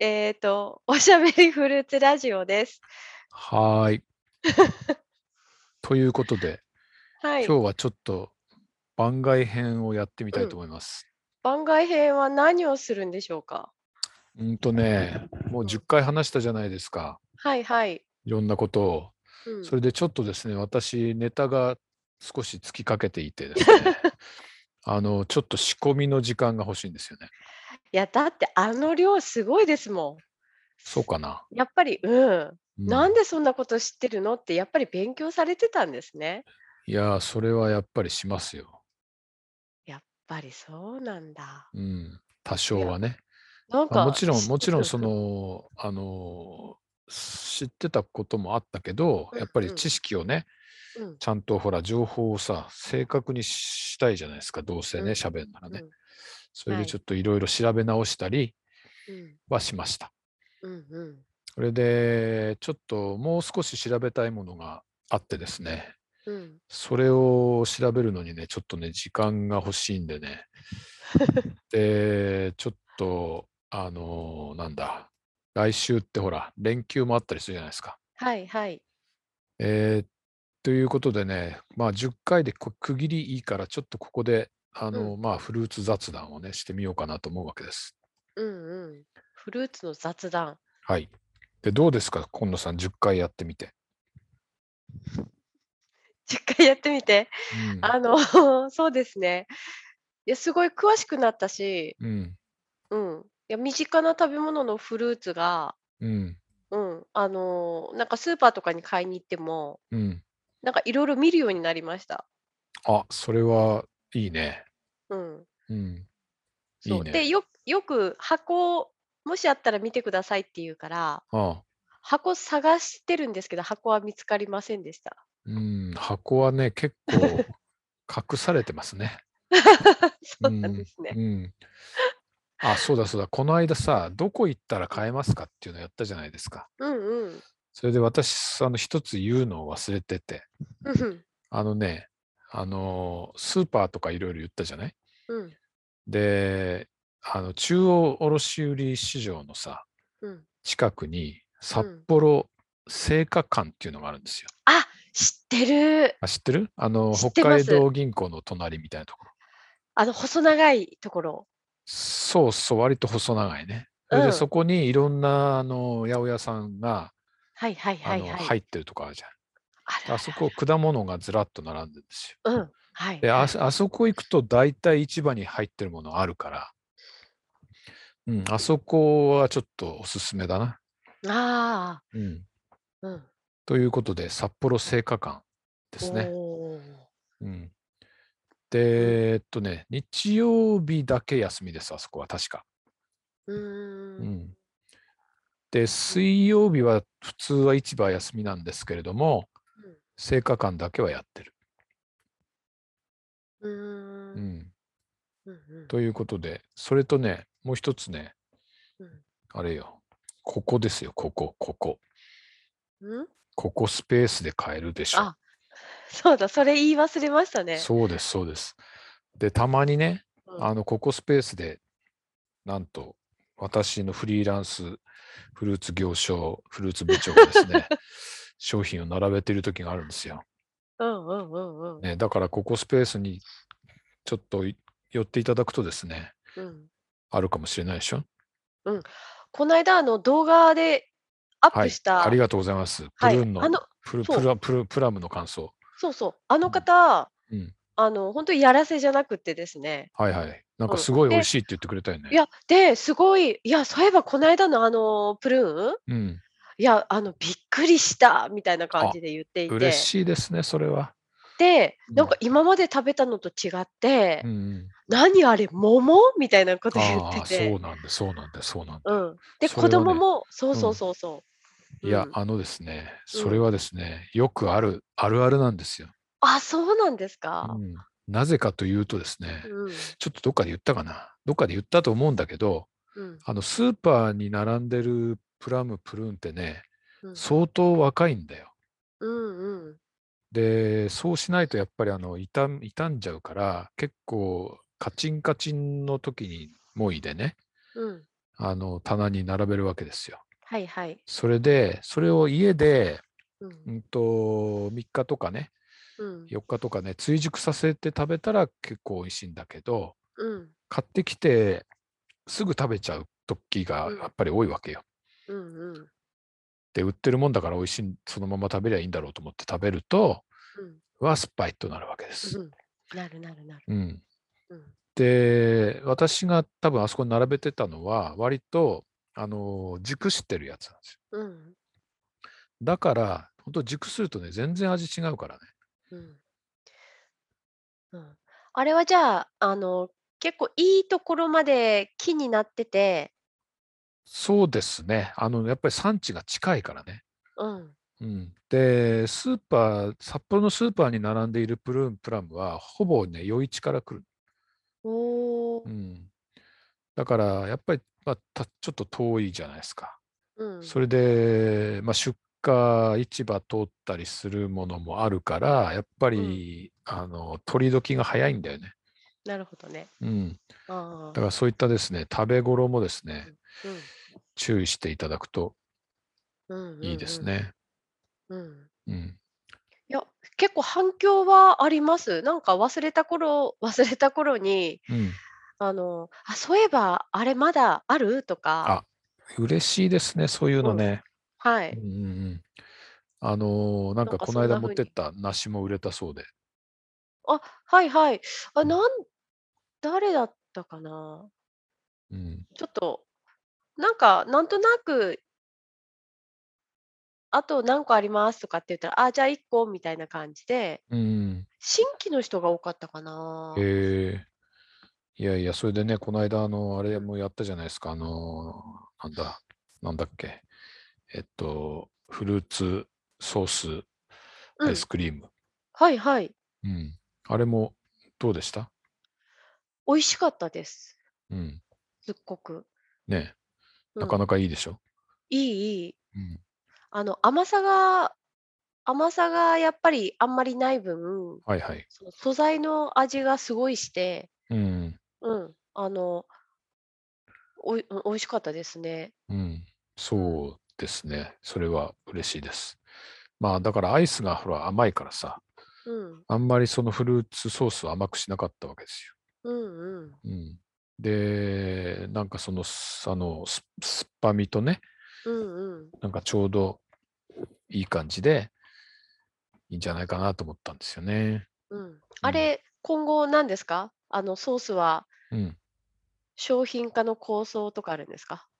おしゃべりフルーツラジオです。 はーい。ということで、 はい。 今日はちょっと番外編をやってみたいとうん。 思います。 番外編は何をするんでしょうか？ もう10 うん。 回話したじゃないですか。 はいはい。 いろんなことを。 うん。 それでちょっとですね、私、ネタが少し尽きかけていてですね、ちょっと仕込みの時間が欲しいんですよね。 いや、だってあの量すごいですもん。 そうかな。 やっぱりうん。 なんでそんなこと知ってるのってやっぱり勉強されてたんですね。 いやー、それはやっぱりしますよ。 やっぱりそうなんだ。 うん。多いや、 少はね。 なんもか、 ちろん、もちろん、 うん知ってたこともあったけど、やっぱりうん。 知識をね、 うん。 ちゃんとほら、情報をさ、正確にしたいじゃないですか、どうせね、 うん。 喋るならね。 うん。 それでちはい。 ょっといろいろ調べ直したりうん。 はしました。 うんうん。 それで、ちょっともう少し調べたいものがあってですね、 うん。 それを調べるのにね、ちょっとね、時間が欲しいんでね。で、ちょっと、来週ってほら、連休もあったりするじゃないですか。 はいはい。 えーということでね、まあ10回で区切りいいから、ちょっとここで、 うん。 まあフルーツ雑談をね、してみようかなと思うわけです。 うんうん。フルーツの雑談。 はい。で、どうですか、今野さん、10回やってみて。 10回やってみて。 うん。 そうですね。いや、すごい詳しくなったし、 うん。 うん。いや、身近な食べ物のフルーツが、 うん。 なんかスーパーとかに買いに行っても、 うん。 なんかいろいろ見るようになりました。 あ、それはいいね。 うん。 うん。いそう。で、 いね。 よく箱、もしあったら見てくださいって言うから、 ああ。 箱探してるんですけど、箱は見つかりませんでした。 うん。箱はね、結構隠されてますね。 そうなんでうん。 すね。 うん。あ、そうだそうだ。この間さ、どこ行ったら買えますかっていうのやったじゃないですか。 うんうん。 それで私、一つ言うのを忘れてて、 うん。 あのね、スーパーとかいろいろ言ったじゃない。 うん。 で、中央卸売市場のさ、 うん。 近くに札うん。 幌製菓館っていうのがあるんですよ。 あ、知ってる。 あ、知ってる？ 知っ北てます。 海道銀行の隣みたいなところ。 細長いところ。 そうそう、割と細長いね。それでそうん。 こにいろんな、八百屋さんが、 はいはいはいはい。 入ってるとこあるじゃん。 あるあそこ、果物がずらっと並んでるんですよ。 あるある。うん。はいで、 はい。 あそこ行くと大体市場に入ってるものあるから、うん、あそこはちょっとおすすめだな。 ああ、 うん。 うん。 ということで、札幌製菓館でおすね。 お。 うん。 うん。 で、日曜日だけ休みです、あそこは確か。 うーん。 うん。で、 うん。 水曜日は普通は市場休みなんですけれども、 うん。 製菓館だけはやってる。 うーん。 うん。 うんうん。 ということで、それとね、もう一つね、 うん。 あれよ、ここですよ、ここ、ここ。 うん？ ここスペースで買えるでしょ。 あ、そうだ、それ言い忘れましたね。 そうです、そうです。で、たまにね、 うん。 ここスペースで、なんと、私のフリーランスフルーツ行商、フルーツ部長がですね、商品を並べている時があるんですよ。 うんうんうんうん。 ね、だから、ここスペースにちょっと寄っていただくとですね、 うん。 あるかもしれないでしょ。 うん。こないだ、動画でアッはい、 プしたありがとうございます。 はい、そう、 プラムの感想。 そうそう、あのうん。 方、 うん。 ほんとにやらせじゃなくってですね、 はいはい。なんかうん。 すごい美味で、 しいって言ってくれたよね。 すごい、いや、そういえばこないだのプルーン、 うん。 いや、びっくりしたみたいな感あ、 じで言ってい嬉て、 しいですね、それは。 で、 うん。 なんか今まで食べたのと違って、 うんうん。 「何あれ、桃？」みたいなこと言ってああ、そて、 うなんだ、そうなんだ、そうなんだよ。 うん。で、子それはね、 供もそうそううん。 そうそう。 いや、 うん、 ですね、 うん。 それはですね、よくあるあるなんですよ。 あ、そうなんですか？ うん。なぜかというとですね、 うん、 ちょっとどっかで言ったかな。どっかで言ったと思うんだけど、 うん、 スーパーに並んでるプラム、プルーンってね、 うん。 相当若いんだよ。 うんうん。 で、そうしないとやっぱり傷んじゃうから、結構カチンカチンの時にもいでね、 うん。 棚に並べるわけですよ。 はいはい。 それで、それを家で、 うん。 3日とかね、 うん。 4日とかね、追熟させて食べたら結構美味しいんだけど、 うん。 買ってきてすぐ食べちゃう時がうん。 やっぱり多いわけよ。 うんうん。 で、売ってるもんだから美味しい、そのまま食べりゃいいんだろうと思って食べると、 うん。 酸っぱいとなるわけです。 うん。なるなるなる。 うん。 うん。 で、私が多分あそこに並べてたのは、割と、熟してるやつなんですよ。 うん。 だから、本当熟するとね、全然味違うからね。 うん。うん。あれはじゃあ、結構いいところまで木になってて、 そうですね。やっぱり産地が近いからね。 うん。 うん。で、札幌のスーパーに並んでいるプラムは、ほぼね、余市から来る。 おお。 うん。だから、やっぱり、ちょっと遠いじゃないですか。 うん。 それで、出荷市場通ったりするものもあるから、やっぱうん。 り、取り時が早いんだよね。 なるほどね。 うん。だああ。 からそういったですね、食べ頃もですね、 うん。うん。 注意していただくとうんういいでんうん。 すね。 うん。 うん。 いや、結構反響はあります。なんか忘れた頃に、 うん。 あ、そういえばあれまだある？とか、 あ、嬉しいですね、そういううん。 のね。うんうはい。 んうん。なんなんかかこの間そんな風に。 持ってった梨も売れたそうで。 あ、はいはい。あ、 うん。 誰だったかな。 うん。 ちょっと、なんか、なんとなく、あと何個ありますとかって言ったら、あ、じゃあ1個みたいな感じで、 うん。 新規の人が多かったかな。 えいやいや、それでね、この間、あうん。 れもやったじゃないですか。なんだっけ。フルーツソースアイスうん。 クリーム。 はいはい。 うん。あれもどうでした？ 美味しかったです。 うん。 すっごく。 ね、 うん。 なかなかいいでしょ？ いい。 うん。 甘さがやっぱりあんまりない分、 はいはい。 その素材の味がすごいして、 うん。 うん、美味しかったですね。 うん。 うん。 そうですね。それは嬉しいです。だうん。 からアイスがほら甘いからさ、 うん。 あんまりそのフルーツソースを甘くしなかったわけですうんうん。 よ。うん。で、なんかその、酸っぱみとね、 うんうん。 なんかちょうどいい感じでいいんじゃないかなと思ったんですよね。 うん。 うん。 あれ、今後何ですか？ソースはうん。 商品化の構想とかあるんですか？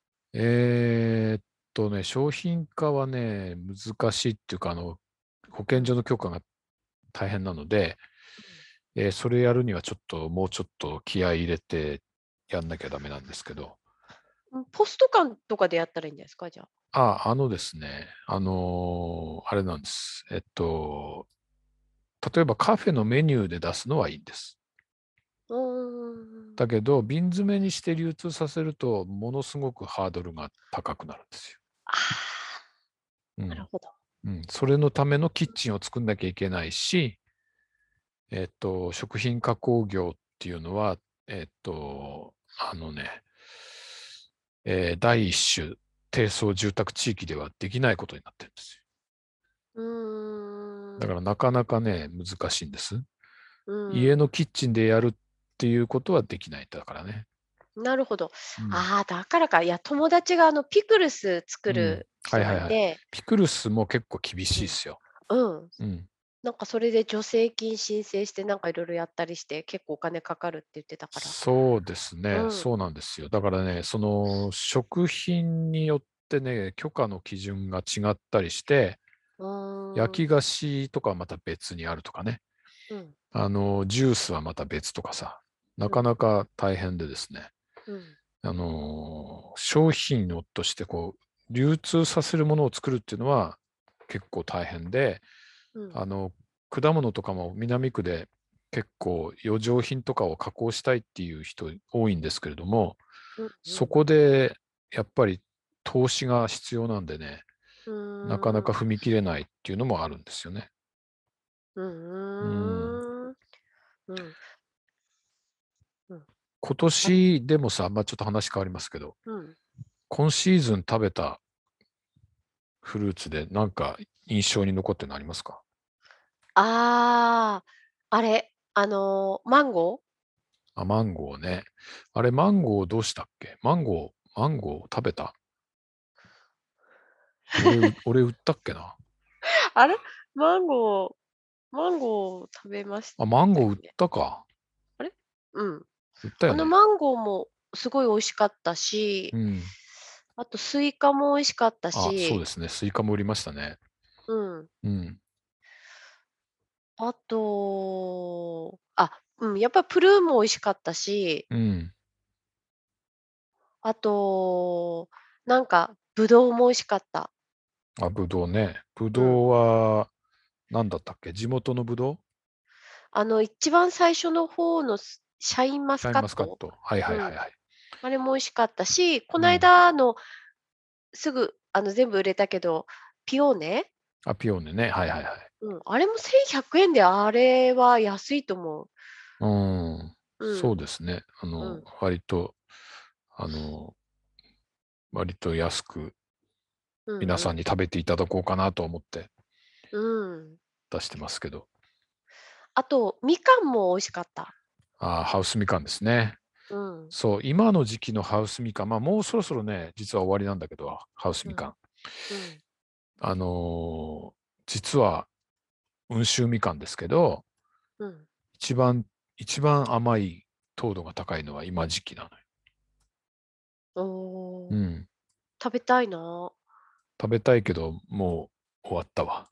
商品化はね、難しいっていうか、保健所うん。 の許可が大変なので、それやるにはもうちょっと気合い入れてやんなきゃダメなんですけど、 うん、ポスト館とかでやったらいいんじゃないですか？じゃあ。 ですね、あれなんです。例えばカフェのメニューで出すのはいいんです。 うーん。 だけど、瓶詰めにして流通させると、ものすごくハードルが高くなるんですよ。 ああ、なるうん。 ほど。 うん。それのためのキッチンを作んなきゃいけないし、食品加工業っていうのは、えっと、あのね、第一種低層住宅地域ではできないことになってるんですよ。 うーん。 だからなかなかね、難しいんです。 う家のん。 キッチンでやるっていうことはできないんだからね。 なるほど。 うん。 ああ、だからか。いや、友達がピクルス作うん。 る人はいはいはい。 がいて、 ピクルスも結構厳しうん。 いですよ。 うん。 うん。 なんかそれで助成金申請して、なんかいろいろやったりして、結構お金かかるって言ってたから。 そうですね。 うん。 そうなんですよ。だからね、その食品によってね、許可の基準が違ったりして、 うーん。 焼き菓子とかはまた別にあるとかね。 うん。 ジュースはまた別とかさ。なうん。 かなか大変でですね。 うん。 商品をとして流通させるものを作るっていうのは結構大変で、 うん。 あの、果物とかも南区で結構余剰品とかを加工したいっていう人多いんですけれども、 うんうそん。 こでやっぱり投資が必要なんでね、 うなかなーん。 か踏み切れないっていうのもあるんですよね。 ううん。 ーん。うん。うん。 今あれ年でもさ、ちょっと話変わりますけど、 うん。 今シーズン食べたフルーツでなんか印象に残ってるのありますか？ ああ、あれ、マンゴー？ あ、マンゴーね。あれ、マンゴーどうしたっけ？マンゴー食べた？俺売ったっけな？ あれ、マンゴー食べましあ、マンゴー売ったよね。 たか。 あれ？うん。 売ったよね。 マンゴーもすごい美味しかったし、 うん。 あとスイカも美味しかったあ、そうでし、 すね。スイカも売りましたね。 うん。 うん。 あと、やっぱプルーンも美味しかったし、 うん。 あと、なんかブドウも美味しかった。 あ、ぶどうね。ぶうん。 どうは、何だったっけ？地元のぶどう？ 一番最初の方のシャインマスシャインカット。 マスカット。はいはうん。 いはいはい。 あれも美味しかったし、こないうん。 だすぐ、全部売れたけど、ピオーネ？ あ、ピオーネね。はいはいはい。 うん、あれも1100円で、あれは安いと思う。 うん。そううん、 ですね。 うん、 あの、割と安くうんうん、 皆さんに食べていただこうかなと思ってうん。 出してますけど。 あと、みかんも美味しかった。 あ、ハウスみかんですね。 うん、 そう、今の時期のハウスみかん、まあもうそろそろね、実は終わりなんだけど、ハウスうん、 みかん。 うん、 あのー実は温州みかんですけど、 うん。 一番、一番甘い糖度が高いのは今時期なのよ。 おー、 うん。 食べたいな。 食べたいけど、もう終わったわ。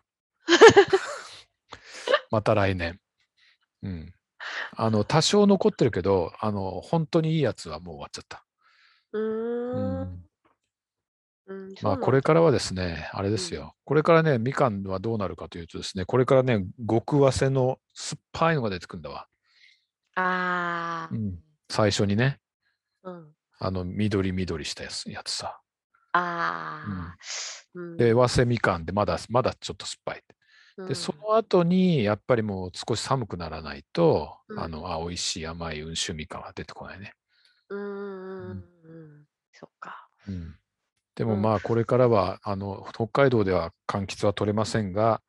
また来年。うん。多少残ってるけど、本当にいいやつはもう終わっちゃった。 うーん、 うん。 うん、 まあ、 そうなんだ。 これからはですね、あれでうん。 すよ。これからね、みかんはどうなるかというとですね、これからね、極早生の酸っぱいのが出てくるんだわ。 ああ、 うん。最初にね、 うん。 緑緑したやつさ。うん。 ああ、うで、早生ん、 みかんでまだちょっと酸っぱい。で、そうん、 の後に、やっぱりもう少し寒くならないと、 うん、 美味しい甘い温州みかんは出てこないね。 うーん、 うん。 うん。そっか。 うん。でうん。 もまあ、これからは、北海道では柑橘は取れませんが、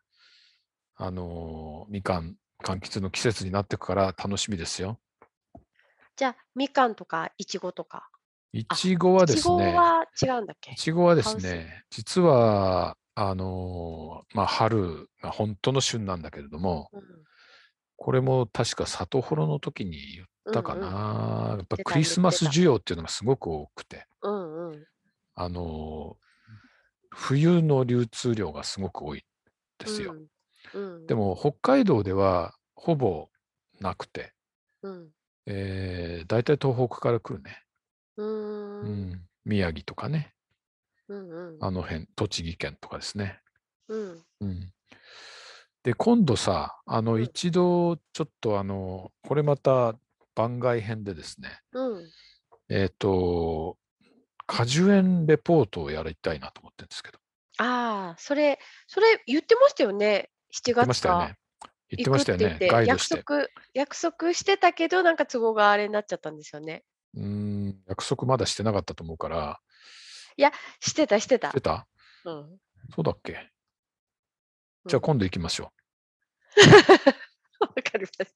みかん、柑橘の季節になっていくから楽しみですよ。 じゃあ、みかんとかいちごとか。 いあ、 ちごはでいちすね、 ごは違うんだっけ？ いちごはでハウス？ すね、実は、まあ、春が本当の旬なんだけれども、 うん。 これも確か里幌の時に言ったかうんうん。 な。やっぱ出た、 クリスマ言ってた。 ス需要っていうのがすごく多くて、 うんうん。 あの、冬の流通量がすごく多いんですよ。 うん。うん。 でも北海道ではほぼなくて、 うん。 大体東北から来るね。 うーん。 うん、宮城とかね、 うんうん。 あの辺、栃木県とかですね。 うん。 うん、で、今度さ、 うん。 一度ちょっとこれまた番外編でですね、 うん。 えっと、果樹園レポートをやりたいなと思ってるんですけど、 ああ、それ言ってましたよね。7 言ってま月かしたよね。言ってま行くっしたよね。 て言って、 ガイドして。 約束してたけど、なんか都合があれになっちゃったんですよね。 約束まだしてなかったと思うから、 いや、してたしてた。 してた？ うん。 そうだっけ？ うん。 じゃあ今度行きましょう。 わかりました。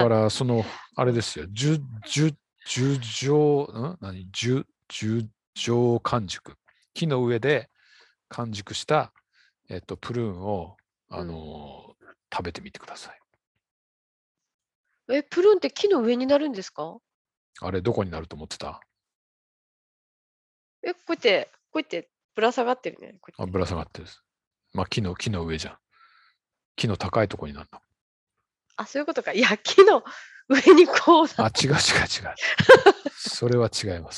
だから、あうん。 れですよ。樹状、樹状完熟。木の上で完熟した、プルーンを、 うん。 食べてみてください。 プルーンって木の上になるんですか？ あれ、どこになると思ってた？ こうやってぶら下がってるね、こうやって。 ぶら下がってるです。まあ、木の上じゃん。木の高いところになるの。 あ、そういうことか。いや、木の上にこうなあ、 ってる。 違う違う違う。それは違います。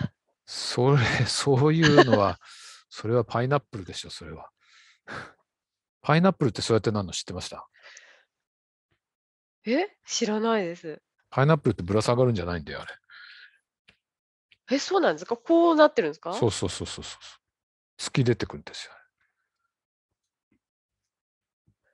そういうのは、それはパイナップルでしょ、それは。パイナップルってそうやってなるの知ってました？ 知らないです。 パイナップルってぶら下がるんじゃないんだよ、あれ。 そうなんですか？こうなってるんですか？ そうそうそうそうそう。突き出てくるんですよ。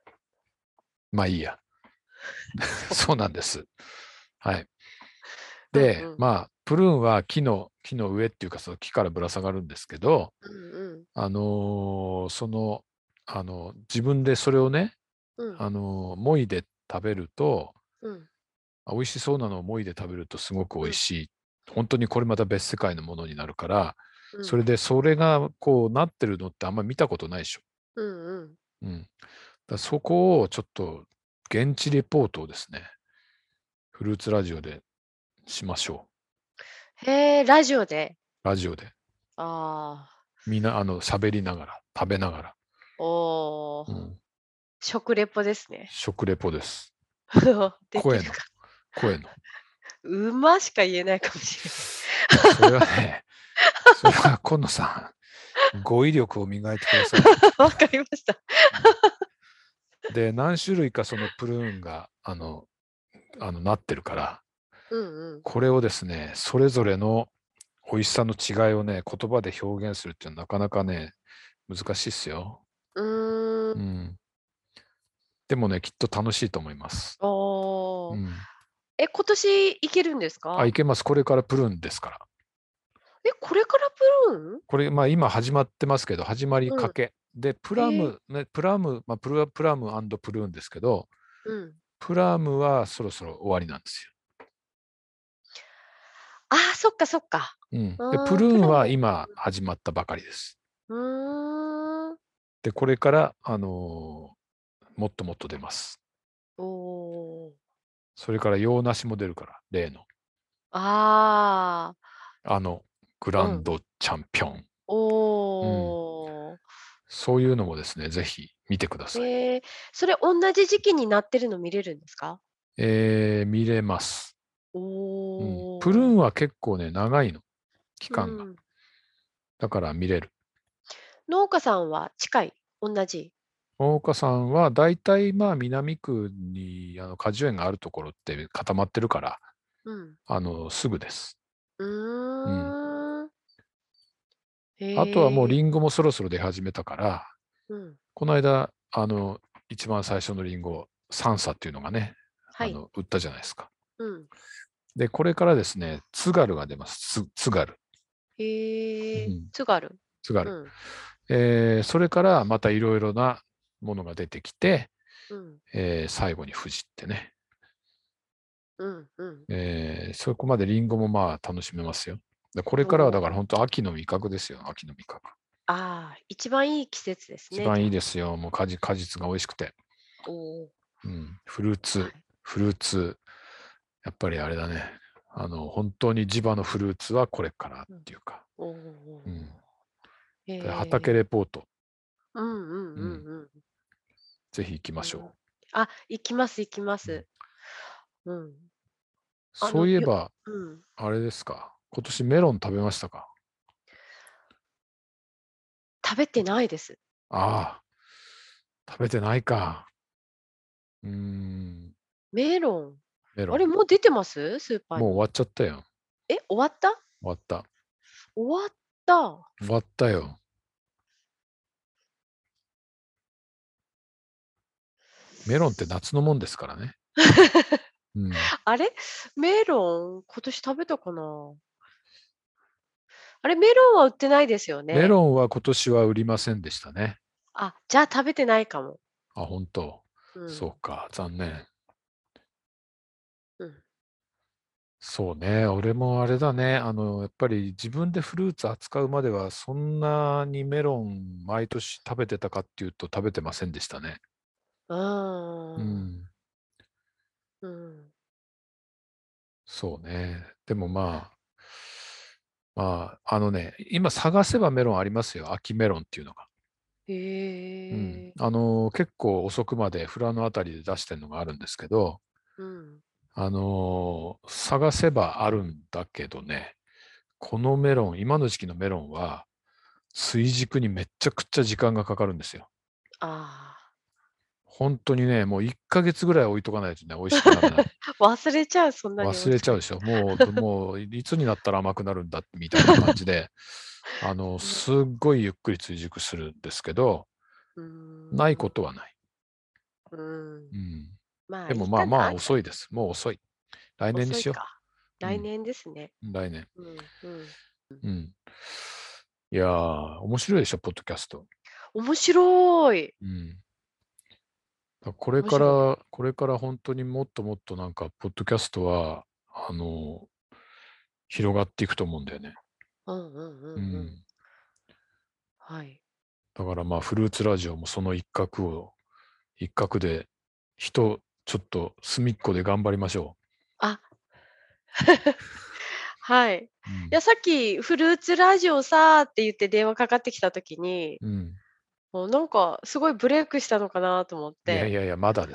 まあいいや。 そう。 そうなんです。はい。 で、 うん。 まあ、プルーンは木の上っていうか、その木からぶら下がるんですけど、 うんうん。 あのーその、自分でそれをね、 うん。 もいで食べると、 うん。 美味しそうなのをもいで食べるとすごく美うん。 味しい。本当にこれまた別世界のものになるから、 うん。 それでそれがこうなってるのってあんまり見たことないでしょ。 うんうん。 うん。そこをちょっと現地レポートをですね、フルーツラジオでしましょへえ、ラジオで。 う。ラジオで。 ああ。 みんな、喋りながら、食べながら。 おお、 うん。 食レポですね。 食レポです。 でき声の、 るか。 声の。 うましか言えないかもしれない。 それはね、それは今野さん、語彙力を磨いてください。 わかりました。 うん、で、何種類かそのプルーンが、なってるから、 うんうん。 これをですね、それぞれの美味しさの違いをね、言葉で表現するっていうのはなかなかね、難しいっすよ。 うーん。 うん。でもね、きっと楽しいと思います。 ああ。 うん。 え、今年行けるんですあ、いか？ けます。これからプルーンですから。 え、これからプルーン？ これ、まあ今始まってますけど、始まりうん。 かけ。で、 へえ。 プラムプルーンですけど、 うん。 プラムはそろそろ終わりなんですああ、そっかそっか。 よ。うん。で、プうーん、 ルーンはプラム。 今始まったばかりです。 うーん。 で、これから、もっともっと出ます。 おお。 それから洋梨も出るから、例の、 ああ。 あの、グうん。 ランドチャンピオン。うん。 おお。 そういうのもですね、ぜひ見てください。 ええ、それおんなじ時期になってるの見れるんですか？ 見れます。 おうん。プルーお。 ンは結構ね、長いの、期間が。 うん。 だから見れる。 農家さんは近い？おんなじ？ 大岡さんは大体まあ南区に果樹園があるところって固まってるから、 うん。 すぐです。 ううん。 ーん。 あとはもうへえ。 リンゴもそろそろ出始めたから、 うん。 この間、一番最初のリンゴ、サンサっていうのがね、 はい。 売ったじゃないですか。 うん。 で、これからですね、津軽が出ます。津軽。うへえ、 ん。 津軽。 津軽。 うん。 それからまたいろいろなものが出てきて、 うん。 最後に富士ってね。 うんうん。 そこまでリンゴもまあ楽しめますよ。でこれおからはだからお。 本当秋の味覚ですよ、秋の味覚。 ああ、一番いい季節ですね、 一番いいじゃあ。 ですよ。もう果実が美味しくて。 おお。 うん。 はい。 フルーツ、やっぱりあれだね。本当に地場のフルーツはこれからっうん。 ていうか。 おうん。 お。へで畑え。 レポート。 うんうんうん。 うんうん。 ぜひ行きましうん。 ょあ、行きます行きまう。うん、 す。うん。 そういえば、 うん。 あれですか。今年メロン食べましたか？ 食べてないです。 ああ、食べてないか。うーん。 メロン。あれ、 メロン。 もう出てます？スーパーに。 もう終わっちゃったよ。 え、終わった？ 終わった。 終わった。 終わったよ。メロンって夏のもんですからね。うん。 あれ、メロン、今年食べたかな？あれ、メロンは売ってないですよね？ メロンは今年は売りませんでしたね。 あ、じゃあ食べてないかも。 あ、本当。 うん。 そうか、残念。 うん。 そうね、俺もあれだね。やっぱり自分でフルーツ扱うまでは、そんなにメロン毎年食べてたかっていうと食べてませんでしたね。 うーん。 うん。 うん。 そうね。でも今探せばメロンありますよ。秋メロンっていうのが。 へうん。 え。 結構遅くまで富良野あたりで出してるのがあるんですけど、 うん。 探せばあるんだけどね、このメロン、今の時期のメロンは、追熟にめっちゃくちゃ時間がかかるんですよ。 ああ。 本当にね、もう1ヶ月ぐらい置いとかないとね、美味しくならない。 忘れちゃう、そんなに忘置いとく。 れちゃうでしょ。もう、いつになったら甘くなるんだ、みたいな感じで、すっごいゆっくり追熟するんですけど、 うーないこん。 とはない。 うーん。 うん。 まあ、 でもいいかな、じゃあ、 遅いです。もう遅い。来年にしよ遅いか。 来年ですね。 来年。 うんうん。 うん。いやー、面白いでしょ、ポッドキャスト。 面白い。 うん。 面白い。 これから本当にもっともっとなんか、ポッドキャストは、あの、広がっていくと思うんだよね。 うんうんううんうん。 ん。 はい。 だからまあ、フルーツラジオもその一角で、ちょっと隅っこで頑張りましょあ、はい。 う。うん。 いや、さっきフルーツラジオさって言って電話かかってきた時に、 うん。 もうなんかすごいブレイクしたのかなと思って。 いやいやいや、まだです。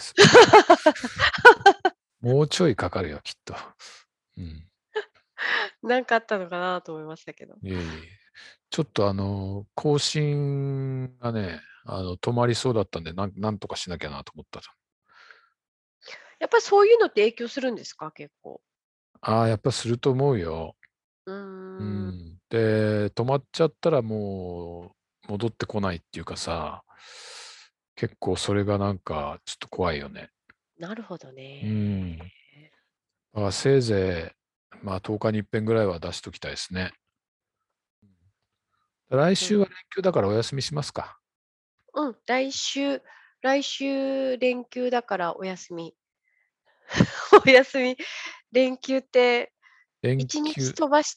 もうちょいかかるよ、きっと。うん。 なんかあったのかなと思いましたけど。 いえいえ。ちょっと更新がね、止まりそうだったんで、なんとかしなきゃなと思った。 やっぱりそういうのって影響するんですか？結構。 ああ、やっぱすると思うよ。 ううーん、 ん。で、止まっちゃったらもう戻ってこないっていうかさ、結構それがなんかちょっと怖いよね。 なるほどうね。 ん。だからせいぜい、まあ10日に一遍ぐらいは出しときたいですね。来うん。 週は連休だからお休みしますか。 うん、来週連休だからお休み。お休み、連休って1日連休、 飛ばして、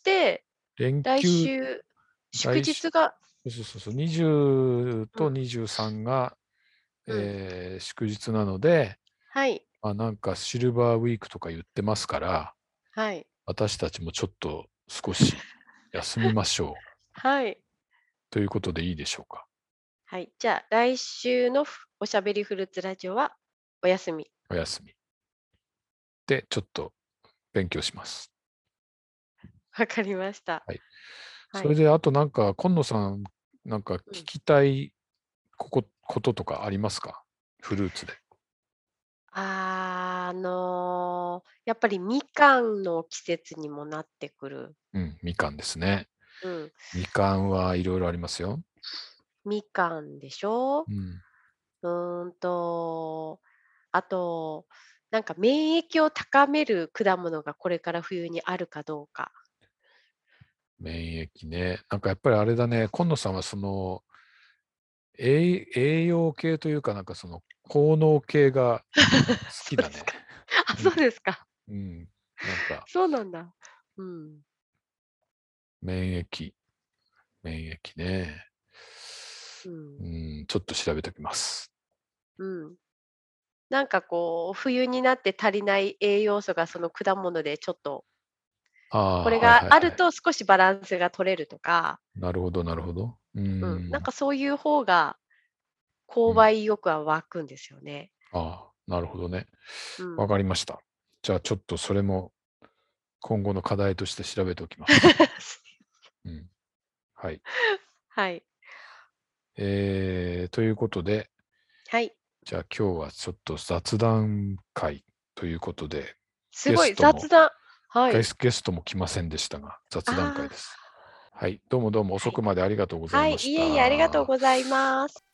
来連休、 週祝来週、 日がそう、20 うん、 と23が、 うん、 祝日なので、 はい、 まあ、なんかシルバーウィークとか言ってますから、 はい、 私たちもちょっと少し休みましょう。 はい、 ということでいいでしょうか。 はい。じゃあ、来週のおしゃべりフルーツラジオはお休み。 お休み。で、ちょっと勉強します。 わかりました。 はい。 はい。 それで、あとなんか、今野さん、なんか聞うん。 きたいこととかありますか？フルーツで。 やっぱりみかんの季節にもなってくる。 うん、みかんですね。 うん。 みかんはいろいろありますよ。 みかんでしょ。 うん。 うーんと、あと、なんか免疫を高める果物がこれから冬にあるかどうか。 免疫ね。なんかやっぱりあれだね、今野さんはその栄養系というか、なんかその効能系が好きだね。 そうですか。あ、そううん。 ですか。 うん。なんかそうなんだ。うん。 免疫、免疫ね。 うん。 うん、ちょっと調べておきます。 うん。なんかこう、冬になって足りない栄養素がその果物でちょっと、 ああ、 これはいがあるはいはい。 と少しバランスが取れるとか、 なるほどなるほど。ううん、なんん。 かそういう方が購うん。 買意欲は湧くんですよね。 ああ、なるほどね。わうん。 かりました。じゃあちょっとそれも今後の課題として調べておきます。うん。はい。 はい。 ということで、 はい。 じゃあ今日はちょっと雑談会ということで、ゲすごいストも、 雑談。はい。 ゲストも来ませんでしたが、雑談会ああ、 です。はい。どうもどうも遅はい。 くまでありがとうございはい、 ましいえいえ、ありがとうた。 ございます。